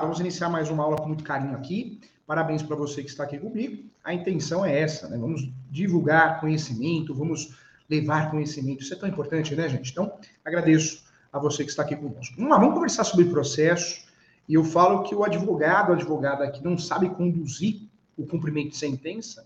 vamos iniciar mais uma aula com muito carinho aqui. Parabéns para você que está aqui comigo. A intenção é essa, né? Vamos divulgar conhecimento, vamos levar conhecimento. Isso é tão importante, né, gente? Então, agradeço a você que está aqui conosco. Vamos conversar sobre processo. E eu falo que o advogado, a advogada que não sabe conduzir o cumprimento de sentença,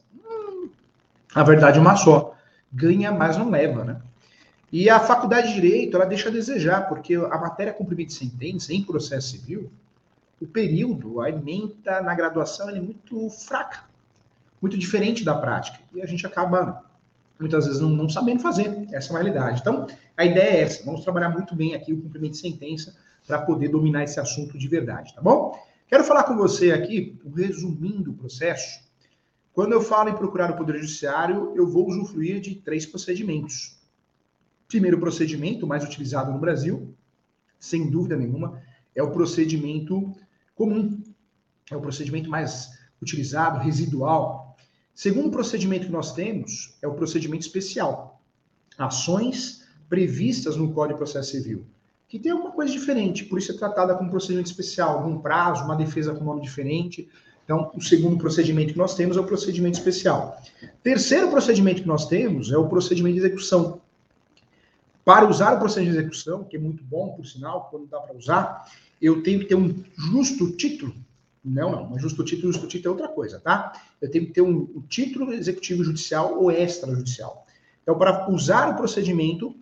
a verdade é uma só. Ganha, mas não leva, né? E a faculdade de Direito, ela deixa a desejar, porque a matéria cumprimento de sentença em processo civil, o período, a ementa na graduação, ela é muito fraca, muito diferente da prática. E a gente acaba, muitas vezes, não sabendo fazer. Essa é uma realidade. Então, a ideia é essa. Vamos trabalhar muito bem aqui o cumprimento de sentença para poder dominar esse assunto de verdade, tá bom? Quero falar com você aqui, resumindo o processo. Quando eu falo em procurar o Poder Judiciário, eu vou usufruir de 3 procedimentos. Primeiro procedimento, mais utilizado no Brasil, sem dúvida nenhuma, é o procedimento comum. É o procedimento mais utilizado, residual. Segundo procedimento que nós temos é o procedimento especial. Ações previstas no Código de Processo Civil, que tem alguma coisa diferente, por isso é tratada como procedimento especial, algum prazo, uma defesa com nome diferente. Então, o segundo procedimento que nós temos é o procedimento especial. Terceiro procedimento que nós temos é o procedimento de execução. Para usar o procedimento de execução, que é muito bom, por sinal, quando dá para usar, eu tenho que ter um justo título. Não, justo título é outra coisa, tá? Eu tenho que ter um título executivo judicial ou extrajudicial. Então, para usar o procedimento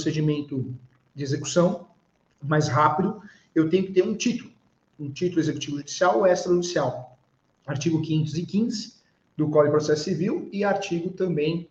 de execução mais rápido, eu tenho que ter um título executivo judicial ou extrajudicial. Artigo 515 do Código de Processo Civil e artigo também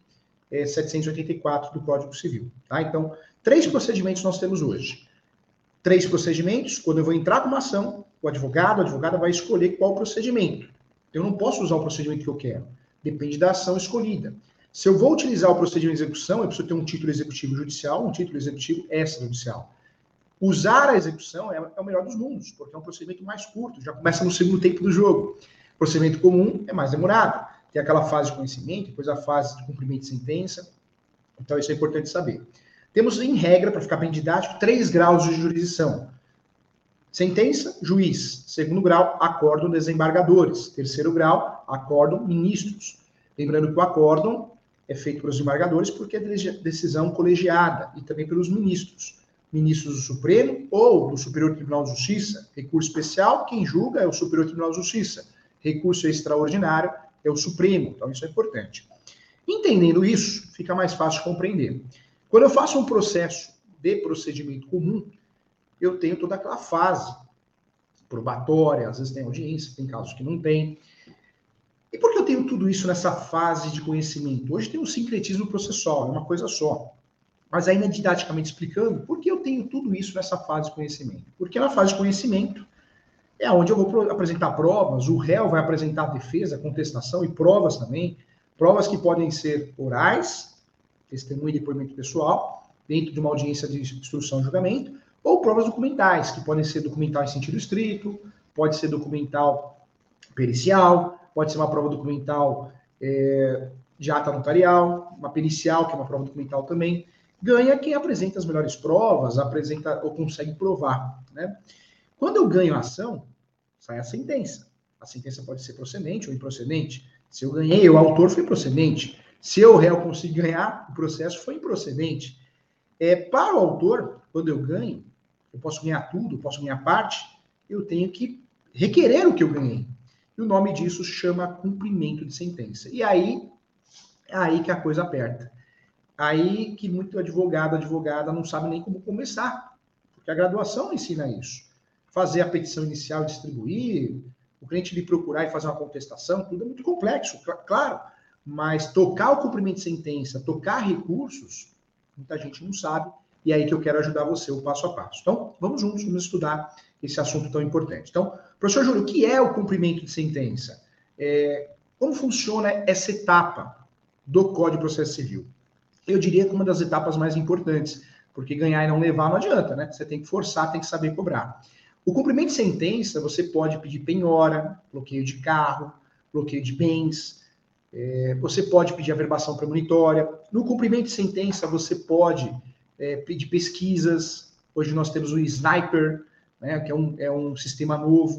784 do Código Civil. Tá? Então, 3 procedimentos nós temos hoje. 3 procedimentos, quando eu vou entrar com uma ação, o advogado, a advogada vai escolher qual procedimento. Eu não posso usar o procedimento que eu quero. Depende da ação escolhida. Se eu vou utilizar o procedimento de execução, eu preciso ter um título executivo judicial, um título executivo extrajudicial. Usar a execução é o melhor dos mundos, porque é um procedimento mais curto, já começa no segundo tempo do jogo. O procedimento comum é mais demorado. Tem aquela fase de conhecimento, depois a fase de cumprimento de sentença. Então, isso é importante saber. Temos, em regra, para ficar bem didático, 3 graus de jurisdição. Sentença, juiz. Segundo grau, acórdão, desembargadores. Terceiro grau, acórdão, ministros. Lembrando que o acórdão é feito pelos desembargadores porque é decisão colegiada e também pelos ministros. Ministros do Supremo ou do Superior Tribunal de Justiça. Recurso especial, quem julga é o Superior Tribunal de Justiça. Recurso extraordinário é o Supremo. Então, isso é importante. Entendendo isso, fica mais fácil de compreender. Quando eu faço um processo de procedimento comum, eu tenho toda aquela fase probatória, às vezes tem audiência, tem casos que não tem. E por que eu tenho tudo isso nessa fase de conhecimento? Hoje tem um sincretismo processual, é uma coisa só. Mas ainda didaticamente explicando, por que eu tenho tudo isso nessa fase de conhecimento? Porque na fase de conhecimento é onde eu vou apresentar provas, o réu vai apresentar defesa, contestação e provas também. Provas que podem ser orais, testemunho e depoimento pessoal, dentro de uma audiência de instrução e julgamento, ou provas documentais, que podem ser documental em sentido estrito, pode ser documental pericial, pode ser uma prova documental de ata notarial, uma pericial, que é uma prova documental também. Ganha quem apresenta as melhores provas, apresenta ou consegue provar, né? Quando eu ganho a ação, sai a sentença. A sentença pode ser procedente ou improcedente. Se eu ganhei, o autor foi procedente. Se eu, réu, consegui ganhar, o processo foi improcedente. Para o autor, quando eu ganho, eu posso ganhar tudo, eu posso ganhar parte, eu tenho que requerer o que eu ganhei. E o nome disso chama cumprimento de sentença. E aí, é aí que a coisa aperta. Aí que muito advogado, advogada não sabe nem como começar. Porque a graduação ensina isso. Fazer a petição inicial e distribuir, o cliente lhe procurar e fazer uma contestação, tudo é muito complexo, claro. Mas tocar o cumprimento de sentença, tocar recursos, muita gente não sabe. E é aí que eu quero ajudar você, o passo a passo. Então, vamos juntos, vamos estudar esse assunto tão importante. Então, professor Júlio, o que é o cumprimento de sentença? Como funciona essa etapa do Código de Processo Civil? Eu diria que uma das etapas mais importantes, porque ganhar e não levar não adianta, né? Você tem que forçar, tem que saber cobrar. O cumprimento de sentença, você pode pedir penhora, bloqueio de carro, bloqueio de bens, você pode pedir averbação premonitória. No cumprimento de sentença, você pode pedir pesquisas. Hoje nós temos o Sniper, né, que é um sistema novo,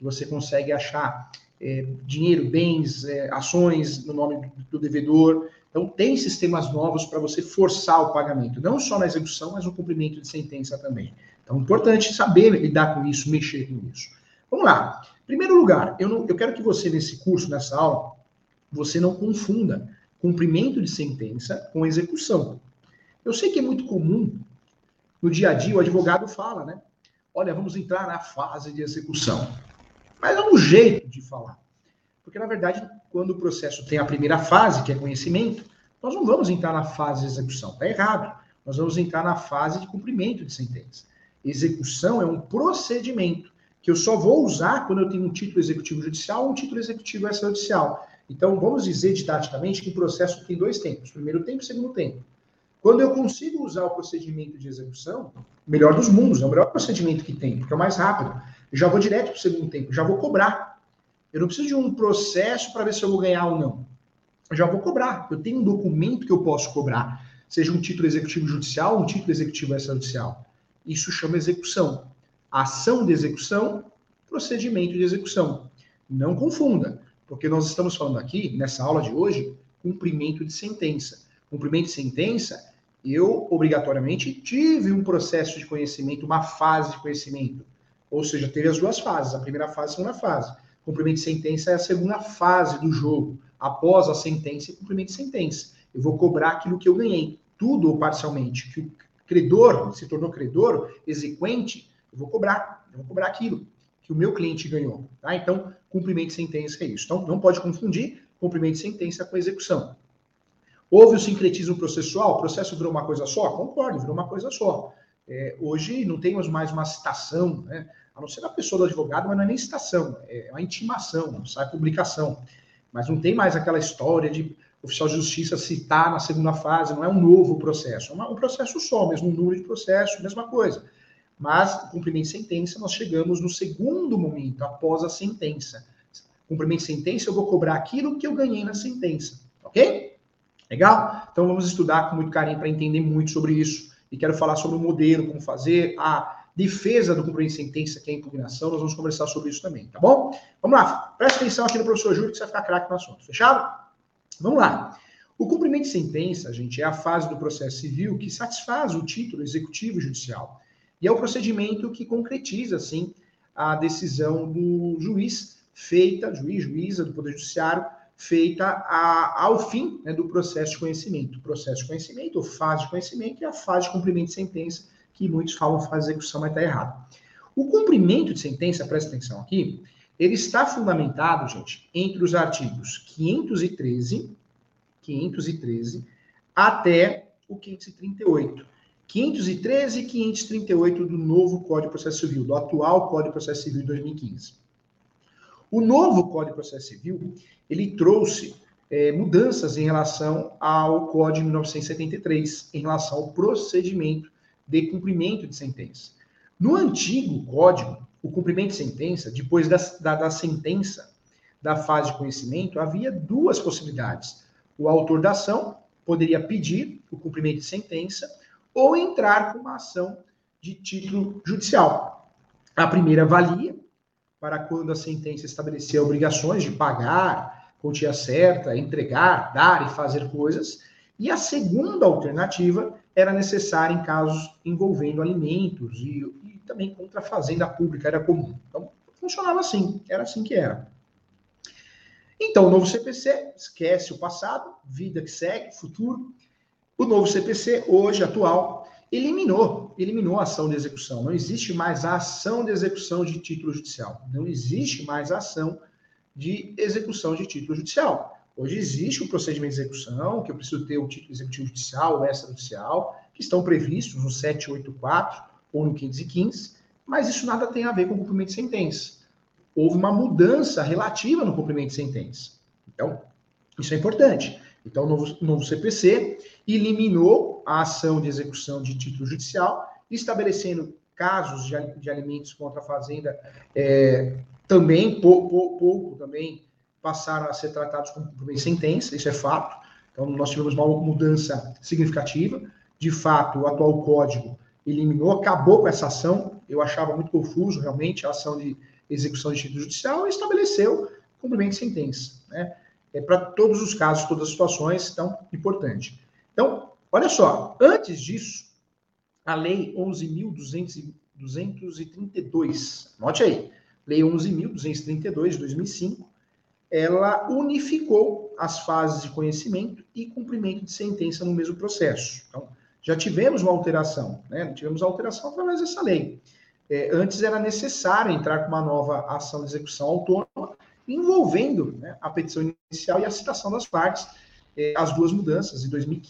que você consegue achar dinheiro, bens, ações no nome do devedor. Então, tem sistemas novos para você forçar o pagamento, não só na execução, mas no cumprimento de sentença também. Então, é importante saber lidar com isso, mexer com isso. Vamos lá. Em primeiro lugar, eu quero que você, nesse curso, nessa aula, você não confunda cumprimento de sentença com execução. Eu sei que é muito comum, no dia a dia, o advogado fala, né? Olha, vamos entrar na fase de execução. Mas é um jeito de falar. Porque, na verdade, quando o processo tem a primeira fase, que é conhecimento, nós não vamos entrar na fase de execução. Está errado. Nós vamos entrar na fase de cumprimento de sentença. Execução é um procedimento que eu só vou usar quando eu tenho um título executivo judicial ou um título executivo extrajudicial. Então, vamos dizer didaticamente que o processo tem 2 tempos. Primeiro tempo e segundo tempo. Quando eu consigo usar o procedimento de execução, melhor dos mundos, é o melhor procedimento que tem, porque é o mais rápido. Eu já vou direto para o segundo tempo, já vou cobrar. Eu não preciso de um processo para ver se eu vou ganhar ou não. Eu já vou cobrar. Eu tenho um documento que eu posso cobrar, seja um título executivo judicial ou um título executivo extrajudicial. Isso chama execução. Ação de execução, procedimento de execução. Não confunda, porque nós estamos falando aqui, nessa aula de hoje, cumprimento de sentença. Cumprimento de sentença, eu obrigatoriamente tive um processo de conhecimento, uma fase de conhecimento. Ou seja, teve as 2 fases, a primeira fase e a segunda fase. Cumprimento de sentença é a segunda fase do jogo. Após a sentença e cumprimento de sentença. Eu vou cobrar aquilo que eu ganhei, tudo ou parcialmente. Que o credor se tornou credor, exequente, eu vou cobrar aquilo que o meu cliente ganhou. Tá? Então, cumprimento de sentença é isso. Então, não pode confundir cumprimento de sentença com execução. Houve o sincretismo processual? O processo virou uma coisa só? Concordo, virou uma coisa só. Hoje não temos mais uma citação, né? A não ser da pessoa do advogado, mas não é nem citação, é uma intimação, sai publicação. Mas não tem mais aquela história de oficial de justiça citar na segunda fase, não é um novo processo, é um processo só, mesmo número de processo, mesma coisa. Mas, cumprimento de sentença, nós chegamos no segundo momento, após a sentença. Cumprimento de sentença, eu vou cobrar aquilo que eu ganhei na sentença, ok? Legal? Então vamos estudar com muito carinho para entender muito sobre isso. E quero falar sobre o modelo, como fazer, a defesa do cumprimento de sentença, que é a impugnação. Nós vamos conversar sobre isso também, tá bom? Vamos lá. Presta atenção aqui no professor Júlio, que você vai ficar craque no assunto. Fechado? Vamos lá. O cumprimento de sentença, gente, é a fase do processo civil que satisfaz o título executivo judicial. E é o procedimento que concretiza, assim, a decisão do juiz feita, juíza do Poder Judiciário, feita ao fim, né, do processo de conhecimento. O processo de conhecimento, ou fase de conhecimento, é a fase de cumprimento de sentença, que muitos falam fase de execução, mas está errado. O cumprimento de sentença, presta atenção aqui, ele está fundamentado, gente, entre os artigos 513 até o 538. 513 e 538 do novo Código de Processo Civil, do atual Código de Processo Civil de 2015. O novo Código de Processo Civil, ele trouxe mudanças em relação ao Código de 1973, em relação ao procedimento de cumprimento de sentença. No antigo Código, o cumprimento de sentença, depois da sentença, da fase de conhecimento, havia 2 possibilidades. O autor da ação poderia pedir o cumprimento de sentença ou entrar com uma ação de título judicial. A primeira valia para quando a sentença estabelecia obrigações de pagar, quantia certa, entregar, dar e fazer coisas. E a segunda alternativa era necessária em casos envolvendo alimentos e também contra a fazenda pública, era comum. Então, funcionava assim, era assim que era. Então, o novo CPC, esquece o passado, vida que segue, futuro. O novo CPC, hoje, atual, eliminou a ação de execução. Não existe mais a ação de execução de título judicial. Não existe mais a ação de execução de título judicial. Hoje existe um procedimento de execução, que eu preciso ter o título executivo judicial ou extrajudicial, que estão previstos no 784 ou no 515, mas isso nada tem a ver com o cumprimento de sentença. Houve uma mudança relativa no cumprimento de sentença. Então, isso é importante. Então, o novo CPC eliminou a ação de execução de título judicial, estabelecendo casos de alimentos contra a fazenda, também, pouco também, passaram a ser tratados como cumprimento de sentença, isso é fato. Então, nós tivemos uma mudança significativa. De fato, o atual código eliminou, acabou com essa ação. Eu achava muito confuso, realmente, a ação de execução de título judicial, estabeleceu cumprimento de sentença, né? Para todos os casos, todas as situações, então, importante. Então, olha só, antes disso, a Lei 11.232, anote aí, Lei 11.232, de 2005, ela unificou as fases de conhecimento e cumprimento de sentença no mesmo processo. Então, já tivemos uma alteração, né? Tivemos a alteração através dessa lei. Antes era necessário entrar com uma nova ação de execução autônoma, envolvendo, né, a petição inicial e a citação das partes. As duas mudanças, de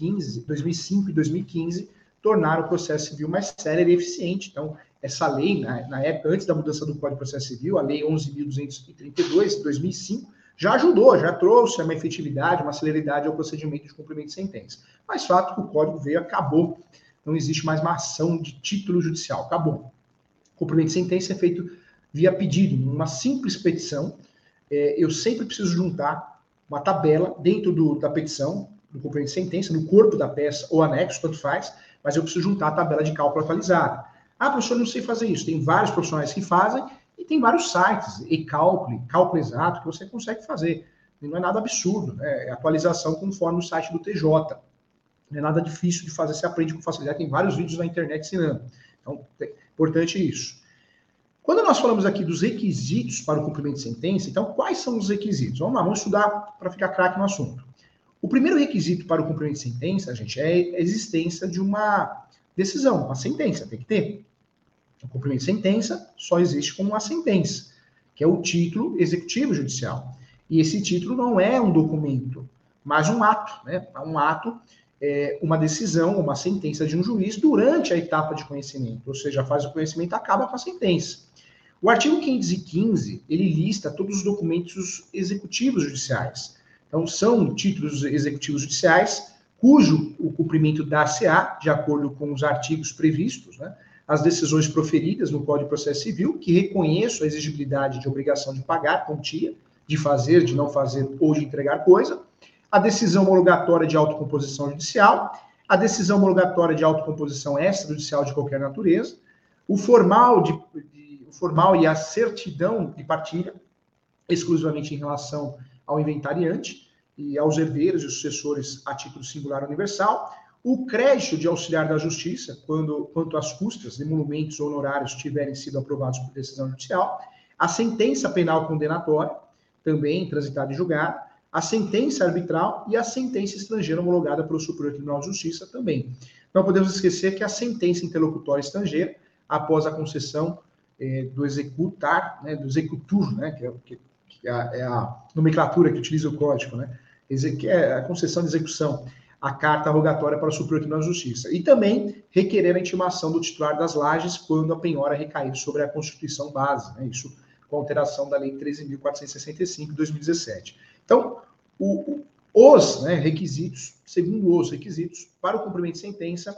2005 e 2015, tornaram o processo civil mais célere e eficiente. Então, essa lei, na época, antes da mudança do Código de Processo Civil, a Lei 11.232, de 2005, já ajudou, já trouxe uma efetividade, uma celeridade ao procedimento de cumprimento de sentença. Mas fato que o Código veio, acabou. Não existe mais uma ação de título judicial, acabou. O cumprimento de sentença é feito via pedido, numa simples petição. Eu sempre preciso juntar uma tabela dentro da petição, do cumprimento de sentença, no corpo da peça ou anexo, tanto faz, mas eu preciso juntar a tabela de cálculo atualizada. Ah, professor, eu não sei fazer isso. Tem vários profissionais que fazem e tem vários sites, e-cálculo, cálculo exato, que você consegue fazer. E não é nada absurdo, né? É atualização conforme o site do TJ. Não é nada difícil de fazer, você aprende com facilidade. Tem vários vídeos na internet ensinando. Então, é importante isso. Quando nós falamos aqui dos requisitos para o cumprimento de sentença, então, quais são os requisitos? Vamos lá, vamos estudar para ficar craque no assunto. O primeiro requisito para o cumprimento de sentença, gente, é a existência de uma decisão, uma sentença, tem que ter. O cumprimento de sentença só existe com uma sentença, que é o título executivo judicial. E esse título não é um documento, mas um ato, né? Um ato, uma decisão, uma sentença de um juiz durante a etapa de conhecimento, ou seja, a fase do conhecimento acaba com a sentença. O artigo 515, ele lista todos os documentos executivos judiciais. Então, são títulos executivos judiciais cujo o cumprimento dar-se-á, de acordo com os artigos previstos, né? As decisões proferidas no Código de Processo Civil, que reconheço a exigibilidade de obrigação de pagar, quantia, de fazer, de não fazer ou de entregar coisa, a decisão homologatória de autocomposição judicial, a decisão homologatória de autocomposição extrajudicial de qualquer natureza, o formal e a certidão de partilha, exclusivamente em relação ao inventariante e aos herdeiros e sucessores a título singular universal, o crédito de auxiliar da justiça, quanto às custas, emolumentos ou honorários tiverem sido aprovados por decisão judicial, a sentença penal condenatória, também transitada e julgada, a sentença arbitral e a sentença estrangeira homologada pelo Superior Tribunal de Justiça também. Não podemos esquecer que a sentença interlocutória estrangeira, após a concessão do executar, né, do executur, né, que é a nomenclatura que utiliza o Código, né, que é a concessão de execução, a carta rogatória para o Superior Tribunal de Justiça. E também requerer a intimação do titular das lajes quando a penhora recair sobre a Constituição base, né, isso com alteração da Lei 13.465 de 2017. Então, os requisitos, segundo os requisitos, para o cumprimento de sentença,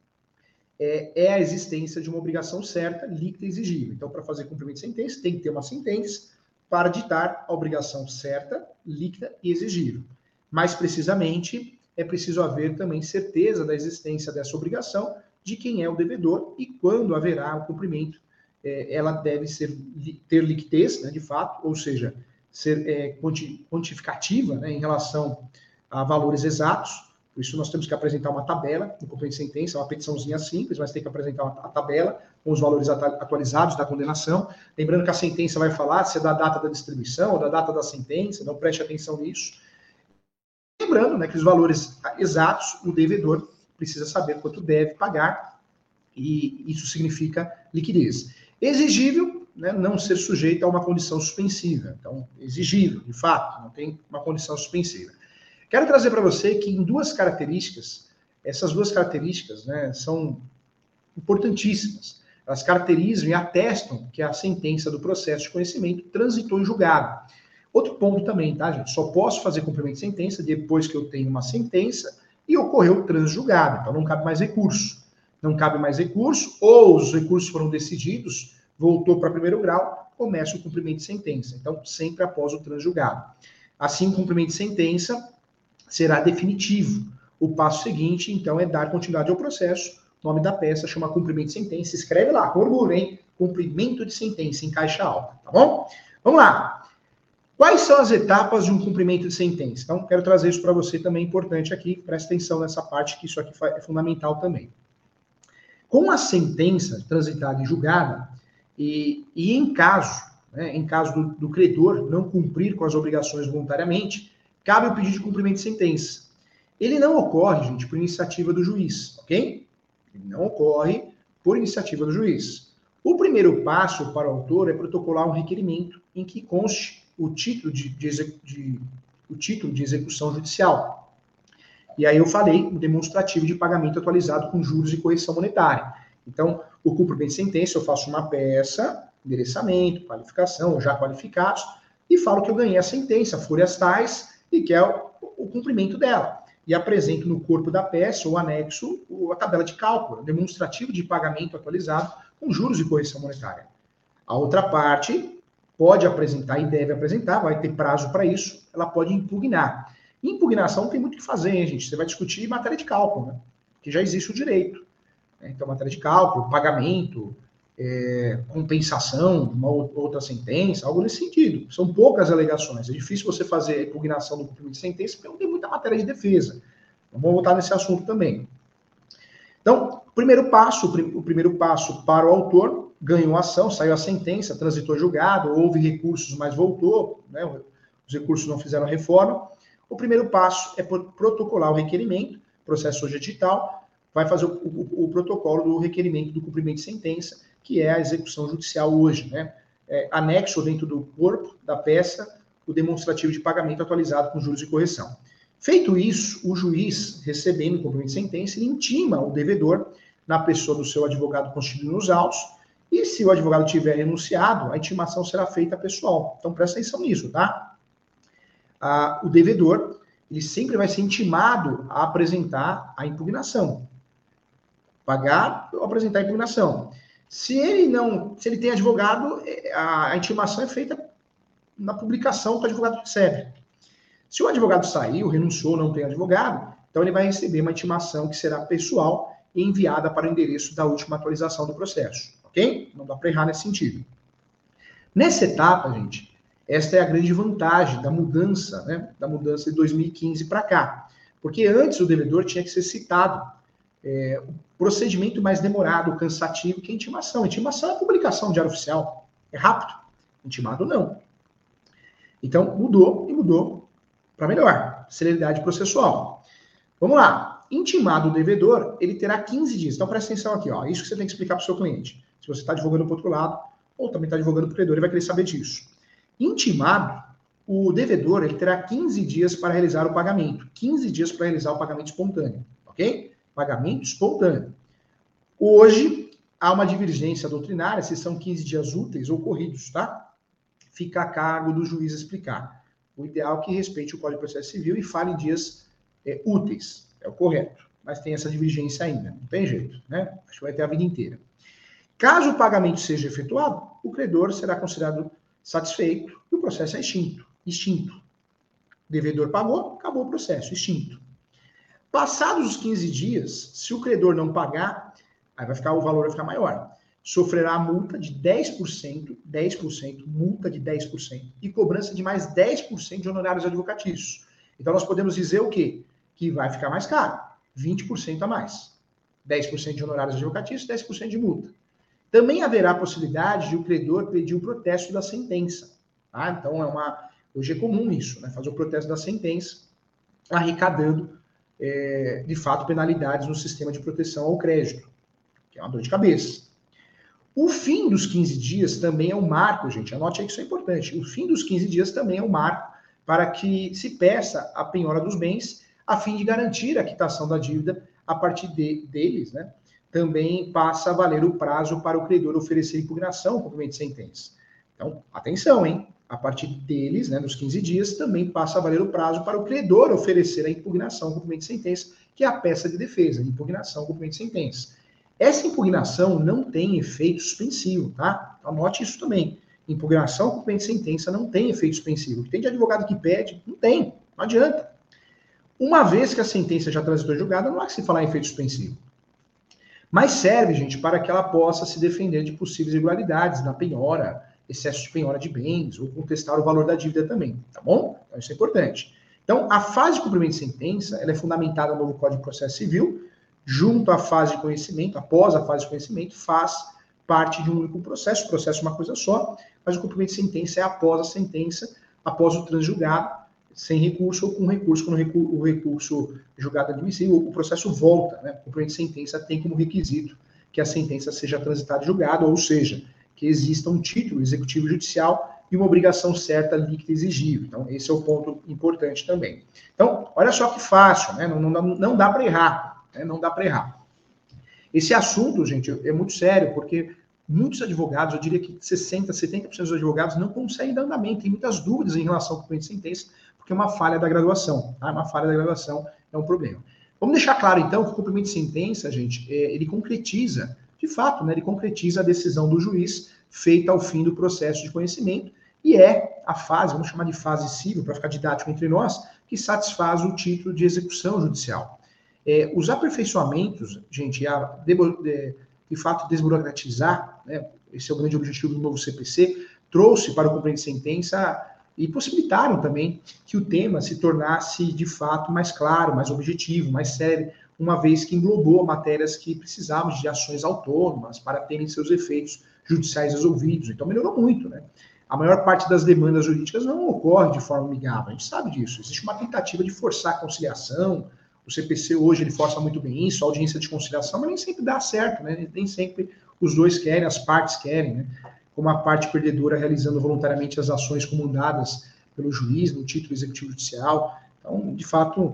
é a existência de uma obrigação certa, líquida e exigível. Então, para fazer cumprimento de sentença, tem que ter uma sentença para ditar a obrigação certa, líquida e exigível. Mais precisamente, é preciso haver também certeza da existência dessa obrigação, de quem é o devedor e quando haverá o cumprimento. Ela deve ter liquidez, né, de fato, ou seja, ser quantificativa, né, em relação a valores exatos. Por isso, nós temos que apresentar uma tabela no cumprimento de sentença, uma petiçãozinha simples, mas tem que apresentar a tabela com os valores atualizados da condenação. Lembrando que a sentença vai falar se é da data da distribuição ou da data da sentença, não preste atenção nisso. Lembrando, né, que os valores exatos, o devedor precisa saber quanto deve pagar, e isso significa liquidez. Exigível, né, não ser sujeito a uma condição suspensiva. Então, exigível, de fato, não tem uma condição suspensiva. Quero trazer para você que em duas características, essas duas características, né, são importantíssimas. Elas caracterizam e atestam que a sentença do processo de conhecimento transitou em julgado. Outro ponto também, tá, gente? Só posso fazer cumprimento de sentença depois que eu tenho uma sentença e ocorreu o trânsito julgado. Então, não cabe mais recurso. Não cabe mais recurso, ou os recursos foram decididos, voltou para primeiro grau, começa o cumprimento de sentença. Então, sempre após o trânsito julgado. Assim, o cumprimento de sentença será definitivo. O passo seguinte, então, é dar continuidade ao processo. O nome da peça chama cumprimento de sentença. Escreve lá, com orgulho, hein? cumprimento de sentença em caixa alta, tá bom? Vamos lá. Quais são as etapas de um cumprimento de sentença? Então, quero trazer isso para você também, importante aqui, presta atenção nessa parte, que isso aqui é fundamental também. Com a sentença transitada e julgada, e em caso, né, do credor não cumprir com as obrigações voluntariamente, cabe o pedido de cumprimento de sentença. Ele não ocorre, gente, por iniciativa do juiz, ok? Ele não ocorre por iniciativa do juiz. O primeiro passo para o autor é protocolar um requerimento em que conste o título de execução judicial. E aí eu falei o demonstrativo de pagamento atualizado com juros e correção monetária. Então, o cumprimento de sentença, eu faço uma peça, endereçamento, qualificação, já qualificados, e falo que eu ganhei a sentença, folhas tais, e que é o cumprimento dela. E apresento no corpo da peça, ou anexo, a tabela de cálculo, demonstrativo de pagamento atualizado com juros e correção monetária. A outra parte pode apresentar e deve apresentar, vai ter prazo para isso, ela pode impugnar. Impugnação não tem muito o que fazer, hein, gente? Você vai discutir matéria de cálculo, né? Que já existe o direito. Então, matéria de cálculo, pagamento, compensação, uma outra sentença, algo nesse sentido. São poucas alegações. É difícil você fazer a impugnação do cumprimento de sentença porque não tem muita matéria de defesa. Então, vamos voltar nesse assunto também. Então, o primeiro passo para o autor, ganhou a ação, saiu a sentença, transitou julgado, houve recursos, mas voltou, né? Os recursos não fizeram a reforma. O primeiro passo é protocolar o requerimento, processo hoje é digital, vai fazer o protocolo do requerimento do cumprimento de sentença, que é a execução judicial hoje, né? Anexo dentro do corpo da peça o demonstrativo de pagamento atualizado com juros e correção. Feito isso, o juiz, recebendo o cumprimento de sentença, ele intima o devedor na pessoa do seu advogado constituído nos autos, e se o advogado tiver renunciado, a intimação será feita pessoal. Então presta atenção nisso, tá? O devedor, ele sempre vai ser intimado a apresentar a impugnação. Pagar ou apresentar a impugnação. Se ele tem advogado, a intimação é feita na publicação que o advogado recebe. Se o advogado saiu, renunciou, não tem advogado, então ele vai receber uma intimação que será pessoal e enviada para o endereço da última atualização do processo, ok? Não dá para errar nesse sentido. Nessa etapa, gente, esta é a grande vantagem da mudança, né? Da mudança de 2015 para cá. Porque antes o devedor tinha que ser citado. O procedimento mais demorado, cansativo, que é a intimação. A intimação é a publicação diário oficial. É rápido. Intimado, não. Então, mudou para melhor. Celeridade processual. Vamos lá. Intimado o devedor, ele terá 15 dias. Então, presta atenção aqui. Ó. Isso que você tem que explicar para o seu cliente. Se você está advogando para o outro lado, ou também está advogando para o credor, ele vai querer saber disso. Intimado, o devedor ele terá 15 dias para realizar o pagamento. 15 dias para realizar o pagamento espontâneo. Ok? Pagamento espontâneo. Hoje, há uma divergência doutrinária se são 15 dias úteis ou corridos, tá? Fica a cargo do juiz explicar. O ideal é que respeite o Código de Processo Civil e fale em dias úteis. É o correto. Mas tem essa divergência ainda. Não tem jeito, né? Acho que vai ter a vida inteira. Caso o pagamento seja efetuado, o credor será considerado satisfeito e o processo é extinto. O devedor pagou, acabou o processo, extinto. Passados os 15 dias, se o credor não pagar, aí o valor vai ficar maior. Sofrerá a multa de 10%, multa de 10%, e cobrança de mais 10% de honorários advocatícios. Então nós podemos dizer o quê? Que vai ficar mais caro, 20% a mais. 10% de honorários advocatícios, 10% de multa. Também haverá a possibilidade de o credor pedir o protesto da sentença. Tá? Então, hoje é comum isso, né? Fazer o protesto da sentença, arrecadando, de fato, penalidades no sistema de proteção ao crédito, que é uma dor de cabeça. O fim dos 15 dias também é um marco, gente. Anote aí que isso é importante. O fim dos 15 dias também é um marco para que se peça a penhora dos bens, a fim de garantir a quitação da dívida a partir deles, né? Também passa a valer o prazo para o credor oferecer impugnação ao cumprimento de sentença. Então, atenção, hein? A partir deles, né, nos 15 dias, também passa a valer o prazo para o credor oferecer a impugnação ao cumprimento de sentença, que é a peça de defesa, impugnação ao cumprimento de sentença. Essa impugnação não tem efeito suspensivo, tá? Anote isso também. Impugnação ao cumprimento de sentença não tem efeito suspensivo. Tem de advogado que pede? Não tem, não adianta. Uma vez que a sentença já transitou julgada, não há que se falar em efeito suspensivo. mas serve, gente, para que ela possa se defender de possíveis irregularidades na penhora, excesso de penhora de bens, ou contestar o valor da dívida também, tá bom? Então, isso é importante. Então, a fase de cumprimento de sentença, ela é fundamentada no novo Código de Processo Civil, junto à fase de conhecimento, após a fase de conhecimento, faz parte de um único processo, o processo é uma coisa só, mas o cumprimento de sentença é após a sentença, após o transjulgado, sem recurso ou com recurso, quando o recurso é julgado admissível, o processo volta, né? O cumprimento de sentença tem como requisito que a sentença seja transitada e julgada, ou seja, que exista um título executivo judicial e uma obrigação certa, líquida e exigível. Então, esse é o ponto importante também. Então, olha só que fácil, né? Não dá para errar, né? Não dá para errar. Esse assunto, gente, é muito sério, porque muitos advogados, eu diria que 60%, 70% dos advogados não conseguem dar andamento, tem muitas dúvidas em relação ao cumprimento de sentença, porque é uma falha da graduação, tá? Uma falha da graduação é um problema. Vamos deixar claro, então, que o cumprimento de sentença, gente, ele concretiza, de fato, né, ele concretiza a decisão do juiz feita ao fim do processo de conhecimento e é a fase, vamos chamar de fase civil, para ficar didático entre nós, que satisfaz o título de execução judicial. Os aperfeiçoamentos, gente, de fato, desburocratizar, né, esse é o grande objetivo do novo CPC, trouxe para o cumprimento de sentença e possibilitaram também que o tema se tornasse, de fato, mais claro, mais objetivo, mais sério, uma vez que englobou matérias que precisavam de ações autônomas para terem seus efeitos judiciais resolvidos. Então, melhorou muito, né? A maior parte das demandas jurídicas não ocorre de forma amigável, a gente sabe disso. Existe uma tentativa de forçar a conciliação, o CPC hoje ele força muito bem isso, a audiência de conciliação, mas nem sempre dá certo, né? Nem sempre os dois querem, as partes querem, né? Como a parte perdedora realizando voluntariamente as ações comandadas pelo juiz no título executivo judicial. Então, de fato,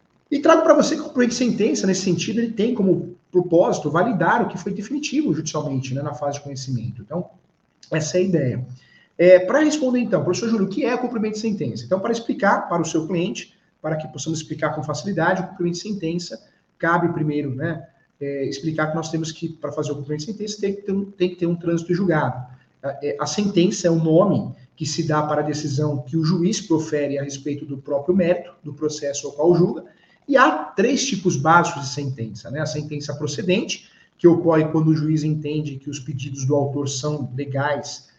e trago para você que o cumprimento de sentença, nesse sentido, ele tem como propósito validar o que foi definitivo judicialmente, né, na fase de conhecimento. Então, essa é a ideia. Para responder, então, professor Júlio, o que é o cumprimento de sentença? Então, para explicar para o seu cliente, para que possamos explicar com facilidade, o cumprimento de sentença, cabe primeiro, né, explicar que nós temos que, para fazer o cumprimento de sentença, tem que ter um trânsito julgado. A sentença é o nome que se dá para a decisão que o juiz profere a respeito do próprio mérito do processo ao qual julga, e há 3 tipos básicos de sentença, né? A sentença procedente, que ocorre quando o juiz entende que os pedidos do autor são legais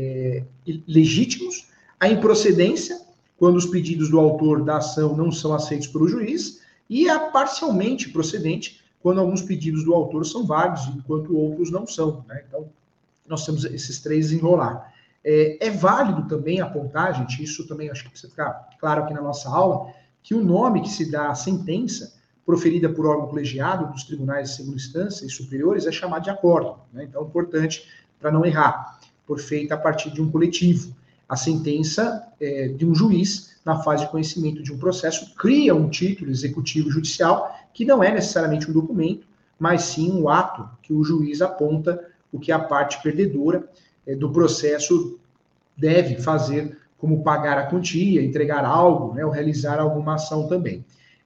e legítimos, a improcedência, quando os pedidos do autor da ação não são aceitos pelo juiz, e a parcialmente procedente, quando alguns pedidos do autor são válidos, enquanto outros não são, né? Então, nós temos esses 3 desenrolar. É válido também apontar, gente, isso também acho que precisa ficar claro aqui na nossa aula, que o nome que se dá à sentença proferida por órgão colegiado dos tribunais de segunda instância e superiores é chamado de acórdão, né? Então, é importante para não errar, por feita a partir de um coletivo. A sentença de um juiz, na fase de conhecimento de um processo, cria um título executivo judicial que não é necessariamente um documento, mas sim um ato que o juiz aponta o que a parte perdedora do processo deve fazer, como pagar a quantia, entregar algo, né, ou realizar alguma ação também.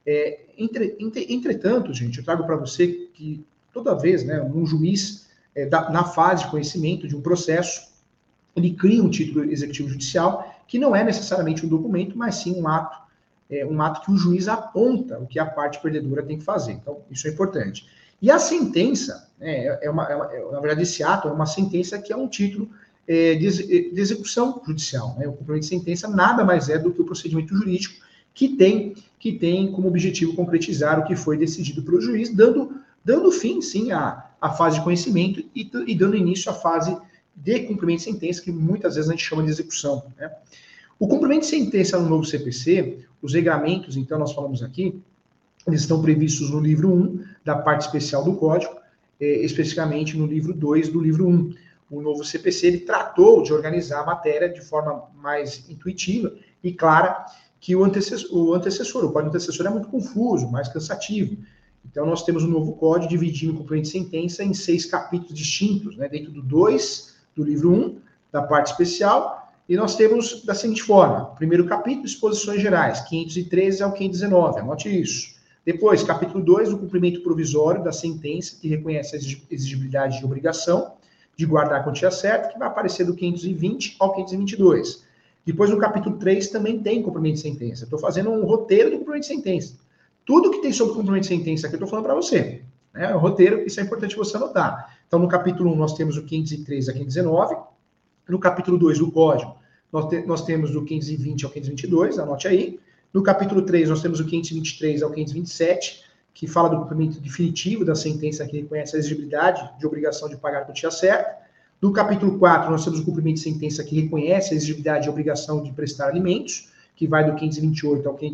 Entretanto, gente, eu trago para você que toda vez, né, um juiz, na fase de conhecimento de um processo, ele cria um título executivo judicial que não é necessariamente um documento, mas sim um ato que o juiz aponta o que a parte perdedora tem que fazer. Então, isso é importante. E a sentença, na verdade, esse ato é uma sentença que é um título de execução judicial, né? O cumprimento de sentença nada mais é do que o procedimento jurídico que tem como objetivo concretizar o que foi decidido pelo juiz, dando fim, sim, à fase de conhecimento e dando início à fase de cumprimento de sentença, que muitas vezes a gente chama de execução, né? O cumprimento de sentença no novo CPC, os regramentos, então, nós falamos aqui, eles estão previstos no livro 1 da parte especial do Código, especificamente no livro 2 do livro 1. O novo CPC ele tratou de organizar a matéria de forma mais intuitiva e clara que o código antecessor é muito confuso, mais cansativo. Então, nós temos um novo código dividindo o cumprimento de sentença em 6 capítulos distintos, né, dentro do 2 do livro 1, da parte especial, e nós temos da seguinte forma: primeiro capítulo, exposições gerais, 513 ao 519, anote isso. Depois, capítulo 2, o cumprimento provisório da sentença, que reconhece a exigibilidade de obrigação de guardar a quantia certa, que vai aparecer do 520 ao 522. Depois, no capítulo 3, também tem cumprimento de sentença. Estou fazendo um roteiro do cumprimento de sentença. Tudo que tem sobre cumprimento de sentença aqui eu estou falando para você. né? O roteiro, isso é importante você anotar. Então, no capítulo 1, nós temos o 503 a 519. No capítulo 2 do Código, nós temos do 520 ao 522, anote aí. No capítulo 3, nós temos o 523 ao 527, que fala do cumprimento definitivo da sentença que reconhece a exigibilidade de obrigação de pagar a quantia certa. No capítulo 4, nós temos o cumprimento de sentença que reconhece a exigibilidade e obrigação de prestar alimentos, que vai do 528 ao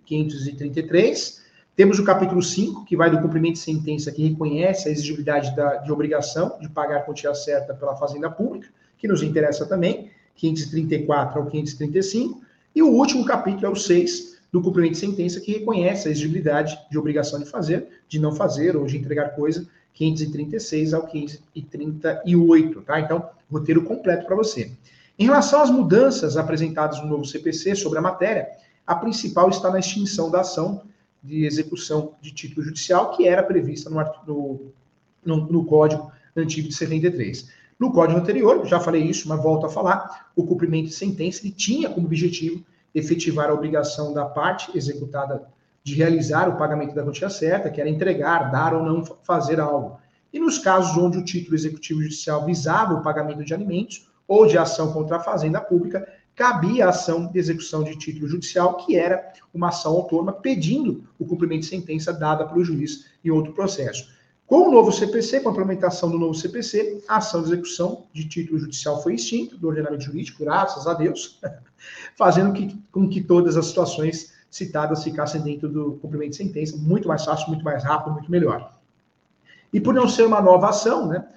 533. Temos o capítulo 5, que vai do cumprimento de sentença que reconhece a exigibilidade de obrigação de pagar a quantia certa pela Fazenda Pública, que nos interessa também, 534 ao 535. E o último capítulo é o 6, do cumprimento de sentença que reconhece a exigibilidade de obrigação de fazer, de não fazer ou de entregar coisa, 536 ao 538, tá? Então, roteiro completo para você. Em relação às mudanças apresentadas no novo CPC sobre a matéria, a principal está na extinção da ação de execução de título judicial, que era prevista no Código Antigo de 73. No Código anterior, já falei isso, mas volto a falar, o cumprimento de sentença ele tinha como objetivo efetivar a obrigação da parte executada de realizar o pagamento da quantia certa, que era entregar, dar ou não fazer algo. E nos casos onde o título executivo judicial visava o pagamento de alimentos ou de ação contra a Fazenda Pública, cabia a ação de execução de título judicial, que era uma ação autônoma pedindo o cumprimento de sentença dada pelo juiz em outro processo. Com o novo CPC, com a implementação do novo CPC, a ação de execução de título judicial foi extinta do ordenamento jurídico, graças a Deus, fazendo com que todas as situações citadas ficassem dentro do cumprimento de sentença, muito mais fácil, muito mais rápido, muito melhor. E por não ser uma nova ação, né,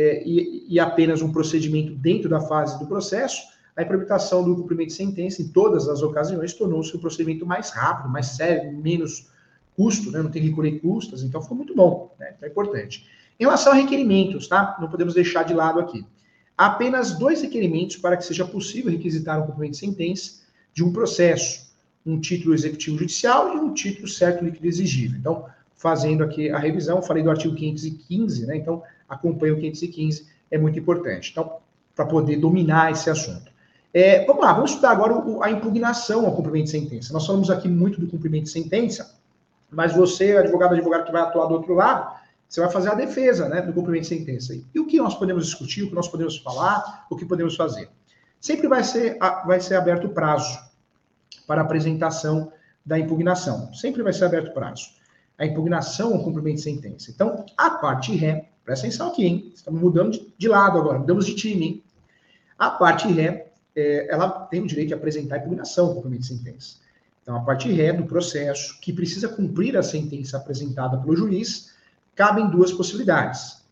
e apenas um procedimento dentro da fase do processo, a implementação do cumprimento de sentença em todas as ocasiões tornou-se um procedimento mais rápido, mais sério, menos custo, né? Não tem que recolher custas, então ficou muito bom, né? Então é importante. Em relação a requerimentos, tá? Não podemos deixar de lado aqui. Há apenas 2 requerimentos para que seja possível requisitar um cumprimento de sentença de um processo: um título executivo judicial e um título certo líquido exigível. Então, fazendo aqui a revisão, falei do artigo 515, né? Então, acompanhe o 515, é muito importante. Então, para poder dominar esse assunto. Vamos lá, vamos estudar agora a impugnação ao cumprimento de sentença. Nós falamos aqui muito do cumprimento de sentença, mas você, advogado que vai atuar do outro lado, você vai fazer a defesa, né, do cumprimento de sentença. E o que nós podemos discutir, o que nós podemos falar, o que podemos fazer? Sempre vai ser aberto o prazo para apresentação da impugnação. Sempre vai ser aberto o prazo. A impugnação ao cumprimento de sentença. Então, a parte ré, presta atenção aqui, hein? Estamos mudando de lado agora, mudamos de time, hein? A parte ré, ela tem o direito de apresentar a impugnação ao cumprimento de sentença. Então, a parte ré do processo, que precisa cumprir a sentença apresentada pelo juiz, cabem 2 possibilidades.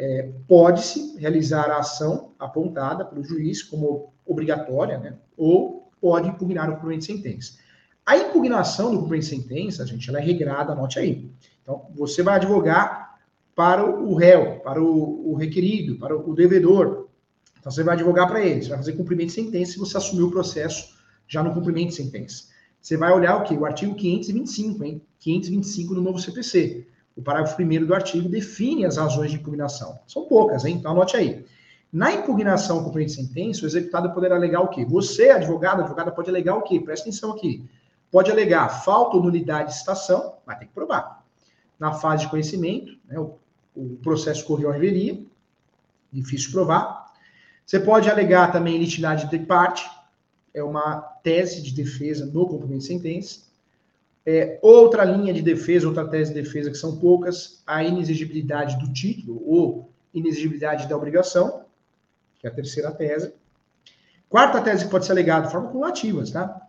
Pode-se realizar a ação apontada pelo juiz como obrigatória, né? Ou pode impugnar o cumprimento de sentença. A impugnação do cumprimento de sentença, gente, ela é regrada, anote aí. Então, você vai advogar para o réu, para o requerido, para o devedor. Então, você vai advogar para ele, você vai fazer cumprimento de sentença se você assumiu o processo já no cumprimento de sentença. Você vai olhar o quê? O artigo 525, hein? 525 do novo CPC. O parágrafo 1º do artigo define as razões de impugnação. São poucas, hein? Então anote aí. Na impugnação ao cumprimento de sentença, o executado poderá alegar o quê? Você, advogado, advogada, pode alegar o quê? Presta atenção aqui. Pode alegar falta ou nulidade de citação, vai ter que provar. Na fase de conhecimento, né, o processo correu à revelia, difícil de provar. Você pode alegar também litigidade de parte, é uma tese de defesa no cumprimento de sentença. Outra linha de defesa, outra tese de defesa, que são poucas, a inexigibilidade do título ou inexigibilidade da obrigação, que é a terceira tese. Quarta tese que pode ser alegada de forma cumulativa, tá?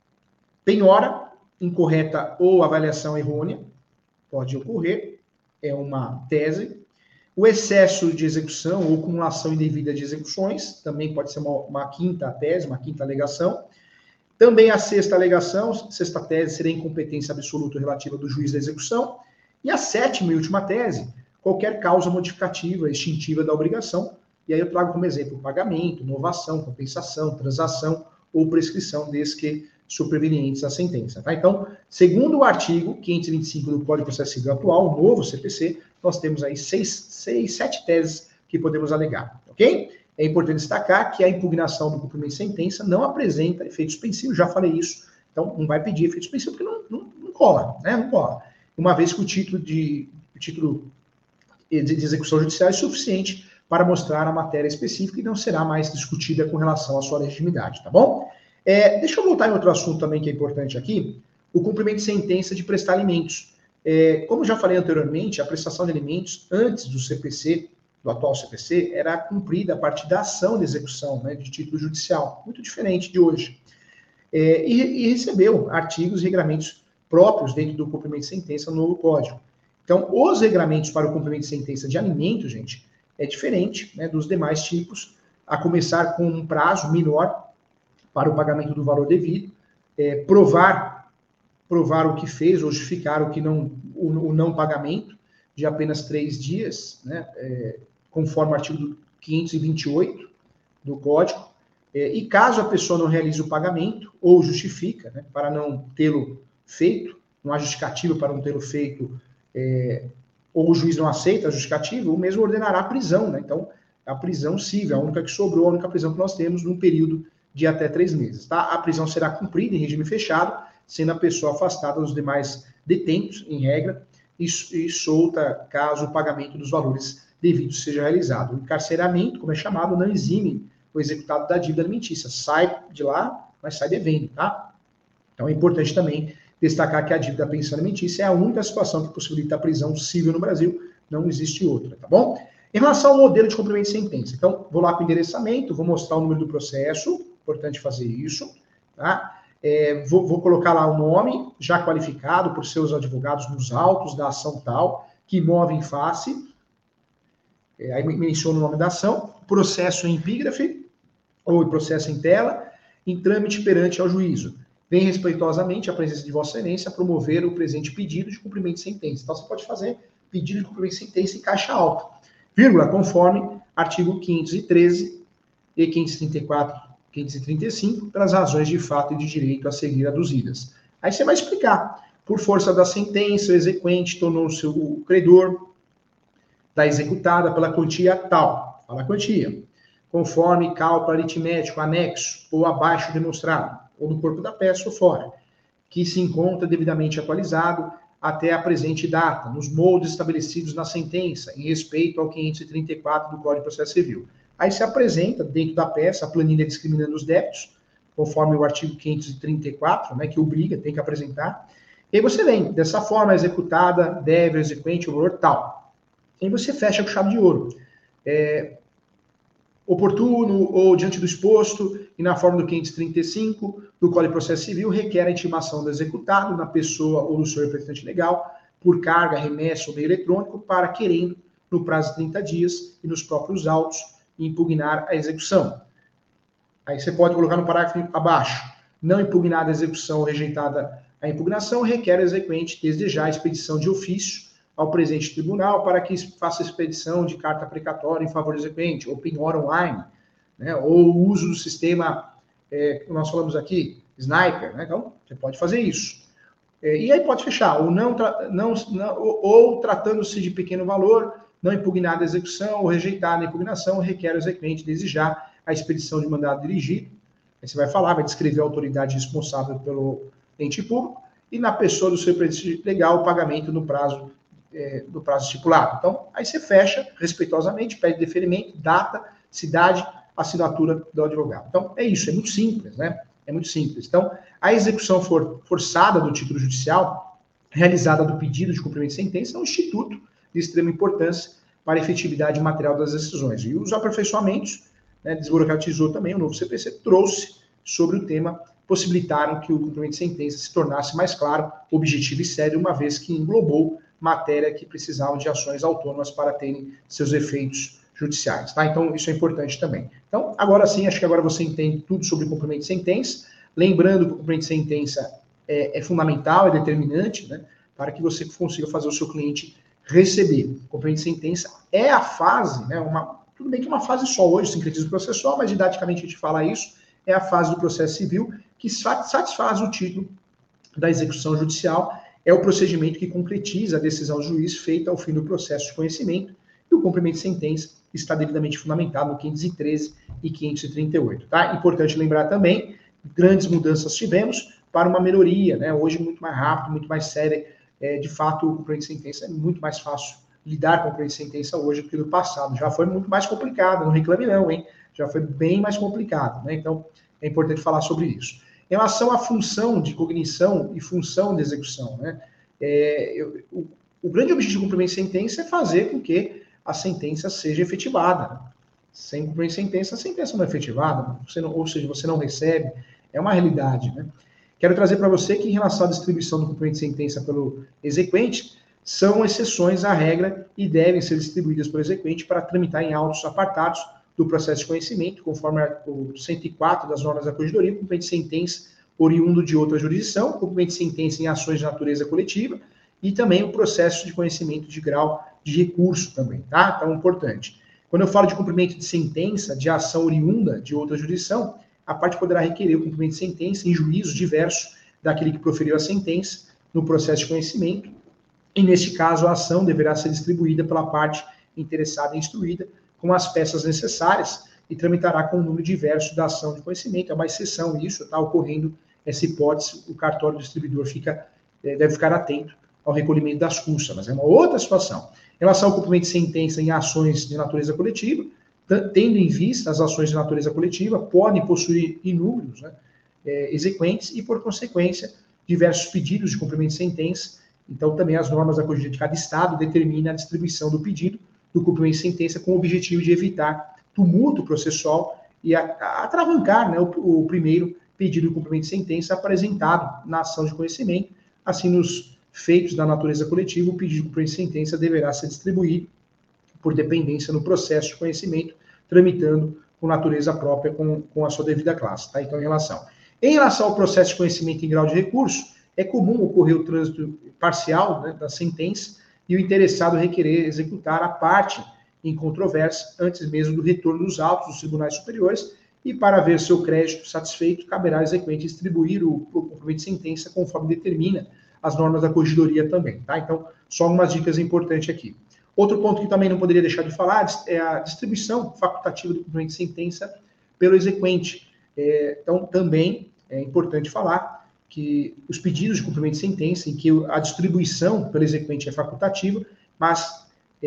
Penhora incorreta ou avaliação errônea, pode ocorrer, é uma tese. O excesso de execução ou acumulação indevida de execuções, também pode ser uma quinta tese, uma quinta alegação. Também a sexta alegação, sexta tese, seria incompetência absoluta relativa do juiz da execução. E a sétima e última tese, qualquer causa modificativa, extintiva da obrigação. E aí eu trago como exemplo pagamento, novação, compensação, transação ou prescrição, desde que supervenientes à sentença. Tá? Então, segundo o artigo 525 do Código de Processo Civil atual, o novo CPC, nós temos aí 7 teses que podemos alegar, ok? É importante destacar que a impugnação do cumprimento de sentença não apresenta efeito suspensivo, já falei isso, então não vai pedir efeito suspensivo porque não cola, né? Não cola. Uma vez que o título de execução judicial é suficiente para mostrar a matéria específica e não será mais discutida com relação à sua legitimidade, tá bom? Deixa eu voltar em outro assunto também que é importante aqui, o cumprimento de sentença de prestar alimentos. Como já falei anteriormente, a prestação de alimentos antes do CPC, do atual CPC, era cumprida a partir da ação de execução, né, de título judicial, muito diferente de hoje. E recebeu artigos e regramentos próprios dentro do cumprimento de sentença no novo Código. Então, os regramentos para o cumprimento de sentença de alimentos, gente, é diferente, né, dos demais tipos, a começar com um prazo menor para o pagamento do valor devido, provar o que fez, ou justificar o não pagamento de apenas 3 dias, né, conforme o artigo 528 do Código, e caso a pessoa não realize o pagamento, ou justifica, né, para não tê-lo feito, não há justificativa para não tê-lo feito, ou o juiz não aceita a justificativa, o mesmo ordenará a prisão, né? Então, a prisão civil, a única que sobrou, a única prisão que nós temos num período de até 3 meses, tá? A prisão será cumprida em regime fechado, sendo a pessoa afastada dos demais detentos, em regra, e solta caso o pagamento dos valores devidos seja realizado. O encarceramento, como é chamado, não exime o executado da dívida alimentícia. Sai de lá, mas sai devendo, tá? Então é importante também destacar que a dívida da pensão alimentícia é a única situação que possibilita a prisão civil no Brasil, não existe outra, tá bom? Em relação ao modelo de cumprimento de sentença, então, vou lá com o endereçamento, vou mostrar o número do processo, importante fazer isso, tá? Vou colocar lá o nome, já qualificado por seus advogados nos autos da ação tal, que move em face, aí menciono o nome da ação, processo em epígrafe, ou processo em tela, em trâmite perante ao juízo. Vem respeitosamente a presença de Vossa Excelência promover o presente pedido de cumprimento de sentença. Então, você pode fazer pedido de cumprimento de sentença em caixa alta, vírgula, conforme artigo 513 e 534, 535, pelas razões de fato e de direito a seguir aduzidas. Aí você vai explicar. Por força da sentença, o exequente tornou-se o credor da executada pela quantia tal. Fala a quantia. Conforme cálculo aritmético, anexo ou abaixo demonstrado, ou no corpo da peça ou fora, que se encontra devidamente atualizado até a presente data, nos moldes estabelecidos na sentença, em respeito ao 534 do Código de Processo Civil. Aí se apresenta, dentro da peça, a planilha discriminando os débitos, conforme o artigo 534, né, que obriga, tem que apresentar. E aí você vem, dessa forma, executada, deve, exequente, o valor tal. E aí você fecha com chave de ouro. Oportuno ou diante do exposto, e na forma do 535 do Código de Processo Civil, requer a intimação do executado na pessoa ou do seu representante legal, por carga, remessa ou meio eletrônico, para querendo, no prazo de 30 dias, e nos próprios autos, impugnar a execução. Aí você pode colocar no parágrafo abaixo, não impugnada a execução ou rejeitada a impugnação, requer o exequente, desde já, a expedição de ofício ao presente tribunal para que faça expedição de carta precatória em favor do exequente, ou penhora online, né, ou o uso do sistema que nós falamos aqui, Sniper, né? Então, você pode fazer isso. E aí pode fechar, ou tratando-se de pequeno valor, não impugnada a execução, ou rejeitada a impugnação, requer o exequente, desde já, a expedição de mandado dirigido. Aí você vai falar, vai descrever a autoridade responsável pelo ente público, e na pessoa do seu representante legal, o pagamento no prazo estipulado. Então, aí você fecha respeitosamente, pede deferimento, data, cidade, assinatura do advogado. Então, é isso, é muito simples, né? É muito simples. Então, a execução forçada do título judicial, realizada do pedido de cumprimento de sentença, é um instituto de extrema importância para a efetividade material das decisões. E os aperfeiçoamentos, né, desburocratizou também, o novo CPC trouxe sobre o tema, possibilitaram que o cumprimento de sentença se tornasse mais claro, objetivo e sério, uma vez que englobou matéria que precisavam de ações autônomas para terem seus efeitos judiciais, tá? Então, isso é importante também. Então, agora sim, acho que agora você entende tudo sobre o cumprimento de sentença. Lembrando que o cumprimento de sentença é fundamental, é determinante, né? Para que você consiga fazer o seu cliente receber. O cumprimento de sentença é a fase, né? Tudo bem que é uma fase só hoje, sincretismo processual, mas didaticamente a gente fala isso, é a fase do processo civil que satisfaz o título da execução judicial. É o procedimento que concretiza a decisão do juiz feita ao fim do processo de conhecimento, e o cumprimento de sentença está devidamente fundamentado no 513 e 538. Tá? Importante lembrar também, grandes mudanças tivemos para uma melhoria, né? Hoje muito mais rápido, muito mais séria. De fato, o cumprimento de sentença é muito mais fácil lidar com cumprimento de sentença hoje do que no passado. Já foi muito mais complicado, não reclame não, hein? Já foi bem mais complicado, né? Então, é importante falar sobre isso. Em relação à função de cognição e função de execução, né? O grande objetivo do cumprimento de sentença é fazer com que a sentença seja efetivada. Né? Sem cumprimento de sentença, a sentença não é efetivada, ou seja, você não recebe. É uma realidade, né? Quero trazer para você que, em relação à distribuição do cumprimento de sentença pelo exequente, são exceções à regra e devem ser distribuídas pelo exequente para tramitar em autos apartados do processo de conhecimento, conforme o 104 das normas da corregedoria, cumprimento de sentença oriundo de outra jurisdição, cumprimento de sentença em ações de natureza coletiva e também o processo de conhecimento de grau de recurso também, tá? Então, importante. Quando eu falo de cumprimento de sentença de ação oriunda de outra jurisdição, a parte poderá requerer o cumprimento de sentença em juízo diverso daquele que proferiu a sentença no processo de conhecimento, e neste caso a ação deverá ser distribuída pela parte interessada e instruída com as peças necessárias e tramitará com um número diverso da ação de conhecimento. É uma exceção isso, está ocorrendo essa hipótese, o cartório do distribuidor deve ficar atento ao recolhimento das custas, mas é uma outra situação. Em relação ao cumprimento de sentença em ações de natureza coletiva, tendo em vista as ações de natureza coletiva, podem possuir inúmeros, né, exequentes e, por consequência, diversos pedidos de cumprimento de sentença. Então, também as normas da corregedoria de cada estado determinam a distribuição do pedido do cumprimento de sentença com o objetivo de evitar tumulto processual e atravancar, né, o primeiro pedido de cumprimento de sentença apresentado na ação de conhecimento. Assim, nos feitos da natureza coletiva, o pedido de cumprimento de sentença deverá ser distribuído por dependência no processo de conhecimento, tramitando com natureza própria, com a sua devida classe. Tá? Então, em relação ao processo de conhecimento em grau de recurso, é comum ocorrer o trânsito parcial, né, da sentença e o interessado requerer executar a parte em controvérsia antes mesmo do retorno dos autos dos tribunais superiores, e para ver seu crédito satisfeito, caberá ao exequente distribuir o cumprimento de sentença conforme determina as normas da corregedoria também. Tá? Então, só algumas dicas importantes aqui. Outro ponto que também não poderia deixar de falar é a distribuição facultativa do cumprimento de sentença pelo exequente. Então, também é importante falar que os pedidos de cumprimento de sentença, em que a distribuição pelo exequente é facultativa, mas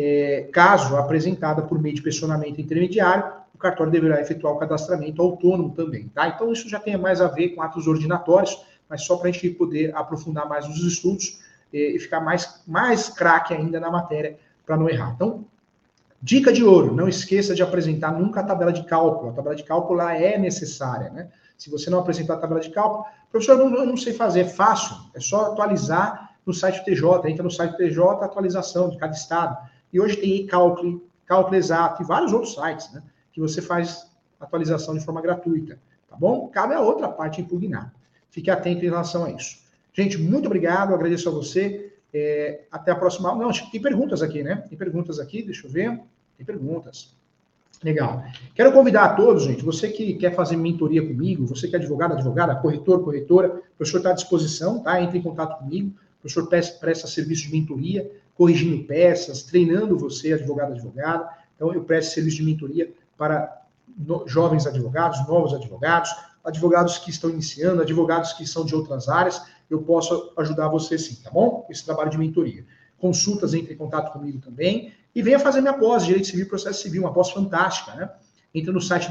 caso apresentada por meio de peticionamento intermediário, o cartório deverá efetuar o cadastramento autônomo também. Tá? Então, isso já tem mais a ver com atos ordinatórios, mas só para a gente poder aprofundar mais os estudos e ficar mais craque ainda na matéria, para não errar. Então, dica de ouro, não esqueça de apresentar nunca a tabela de cálculo. A tabela de cálculo lá é necessária, né? Se você não apresentar a tabela de cálculo, professor, eu não sei fazer, é fácil, é só atualizar no site TJ, entra no site TJ, atualização de cada estado. E hoje tem e-cálculo, cálculo exato e vários outros sites, né? Que você faz atualização de forma gratuita, tá bom? Cabe a outra parte impugnar. Fique atento em relação a isso. Gente, muito obrigado, agradeço a você. Até a próxima aula. Não, acho que tem perguntas aqui, né? Tem perguntas aqui, deixa eu ver. Tem perguntas. Legal. Quero convidar a todos, gente, você que quer fazer mentoria comigo, você que é advogado, advogada, corretor, corretora, o professor está à disposição, tá? Entre em contato comigo. O professor presta serviço de mentoria, corrigindo peças, treinando você, advogado, advogada. Então, eu presto serviço de mentoria para jovens advogados, novos advogados, advogados que estão iniciando, advogados que são de outras áreas. Eu posso ajudar você sim, tá bom? Esse trabalho de mentoria. Consultas, entre em contato comigo também. E venha fazer minha pós, Direito Civil e Processo Civil, uma pós fantástica, né? Entra no site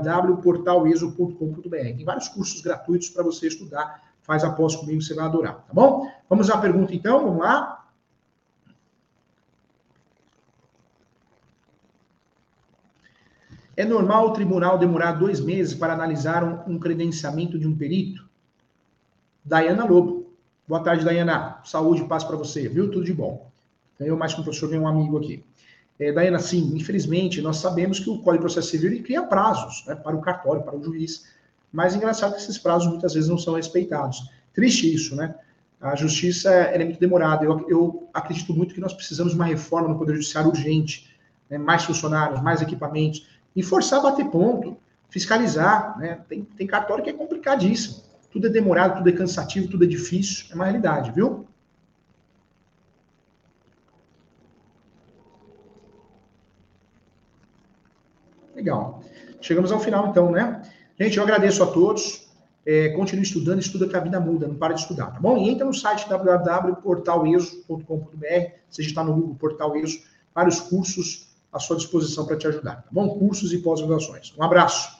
www.portaleso.com.br. Tem vários cursos gratuitos para você estudar. Faz a pós comigo, você vai adorar, tá bom? Vamos à pergunta então, vamos lá? É normal o tribunal demorar 2 meses para analisar um credenciamento de um perito? Daiana Lobo. Boa tarde, Daiana. Saúde e paz para você, viu? Tudo de bom. Eu mais que um professor, vem um amigo aqui. Daiana, sim, infelizmente, nós sabemos que o Código de Processo Civil ele cria prazos, né, para o cartório, para o juiz. Mas engraçado que esses prazos muitas vezes não são respeitados. Triste isso, né? A justiça ela é muito demorada. Eu acredito muito que nós precisamos de uma reforma no Poder Judiciário urgente, né, mais funcionários, mais equipamentos, e forçar a bater ponto, fiscalizar. Né? Tem cartório que é complicadíssimo. Tudo é demorado, tudo é cansativo, tudo é difícil. É uma realidade, viu? Legal. Chegamos ao final, então, né? Gente, eu agradeço a todos. Continue estudando, estuda que a vida muda, não para de estudar, tá bom? E entra no site www.portaleso.com.br, você está no Google Portal ESO, vários cursos à sua disposição para te ajudar, tá bom? Cursos e pós-graduações. Um abraço.